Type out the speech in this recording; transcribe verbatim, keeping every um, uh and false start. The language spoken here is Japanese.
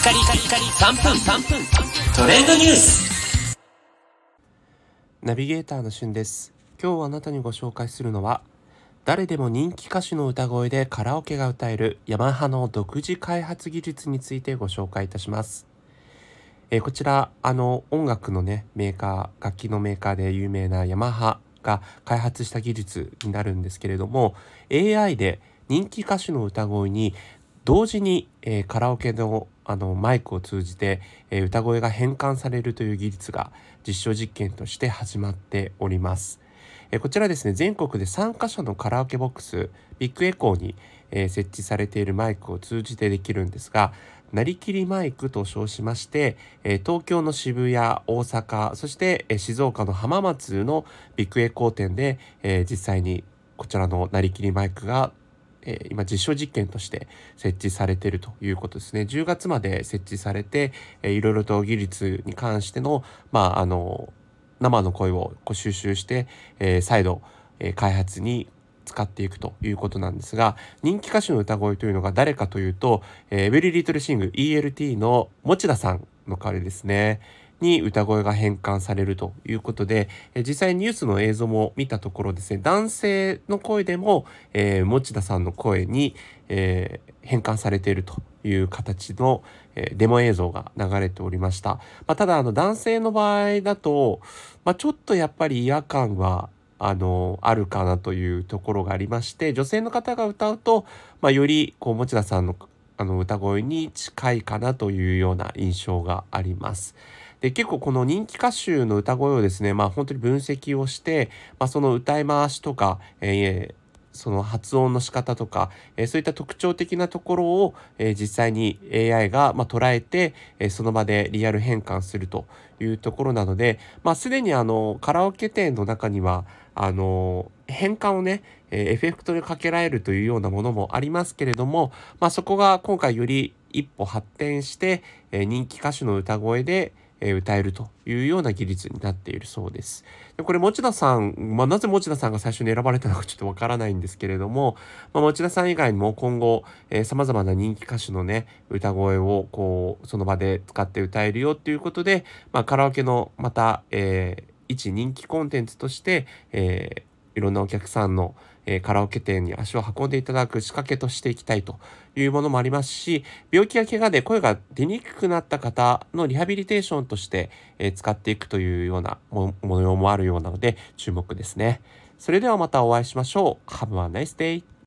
カリカリカリさんぷんさんぷんトレンドニュース。 ナビゲーターのしゅんです。今日あなたにご紹介するのは、誰でも人気歌手の歌声でカラオケが歌えるヤマハの独自開発技術についてご紹介いたします。えー、こちらあの音楽のねメーカー楽器のメーカーで有名なヤマハが開発した技術になるんですけれども、 エーアイ で人気歌手の歌声に同時に、えーカラオケのあのマイクを通じて、えー歌声が変換されるという技術が実証実験として始まっております。えーこちらですね、全国でさんカ所のカラオケボックスビッグエコーに、えー設置されているマイクを通じてできるんですが、なりきりマイクと称しまして、えー東京の渋谷、大阪、そして、えー静岡の浜松のビッグエコー店で、えー実際にこちらのなりきりマイクがえー今実証実験として設置されているということですね。じゅうがつまで設置されて、えーいろいろと技術に関しての、まあ、あの生の声をこう収集して、えー再度、えー開発に使っていくということなんですが、人気歌手の歌声というのが誰かというと、えー、Very Little Sing イーエルティー の持田さんの代わりですねに歌声が変換されるということで、えー実際ニュースの映像も見たところですね、男性の声でも、えー持田さんの声に、えー変換されているという形の、えーデモ映像が流れておりました。まあ、ただあの男性の場合だと、まあ、ちょっとやっぱり違和感はあのあるかなというところがありまして、女性の方が歌うと、まあ、よりこう持田さんのあの歌声に近いかなというような印象があります。で、結構この人気歌手の歌声をですね、まあ本当に分析をして、まあ、その歌い回しとか、えーその発音の仕方とか、えーそういった特徴的なところを、えー実際に エーアイ が、まあ、捉えて、えーその場でリアル変換するというところなので、まあ、すでにあのカラオケ店の中にはあの変換をね、えーエフェクトでかけられるというようなものもありますけれども、まあ、そこが今回より一歩発展して、えー人気歌手の歌声でえー歌えるというような技術になっているそうです。でこれ持田さん、まあ、なぜ持田さんが最初に選ばれたのかちょっとわからないんですけれども、まあ、持田さん以外にも今後さまざまな人気歌手のね歌声をこうその場で使って歌えるよっていうことで、まあ、カラオケのまた、えー一人気コンテンツとして、えーいろんなお客さんの、えーカラオケ店に足を運んでいただく仕掛けとしていきたいというものもありますし、病気や怪我で声が出にくくなった方のリハビリテーションとして、えー使っていくというようなも模様もあるようなので注目ですね。それではまたお会いしましょう。Have a nice day!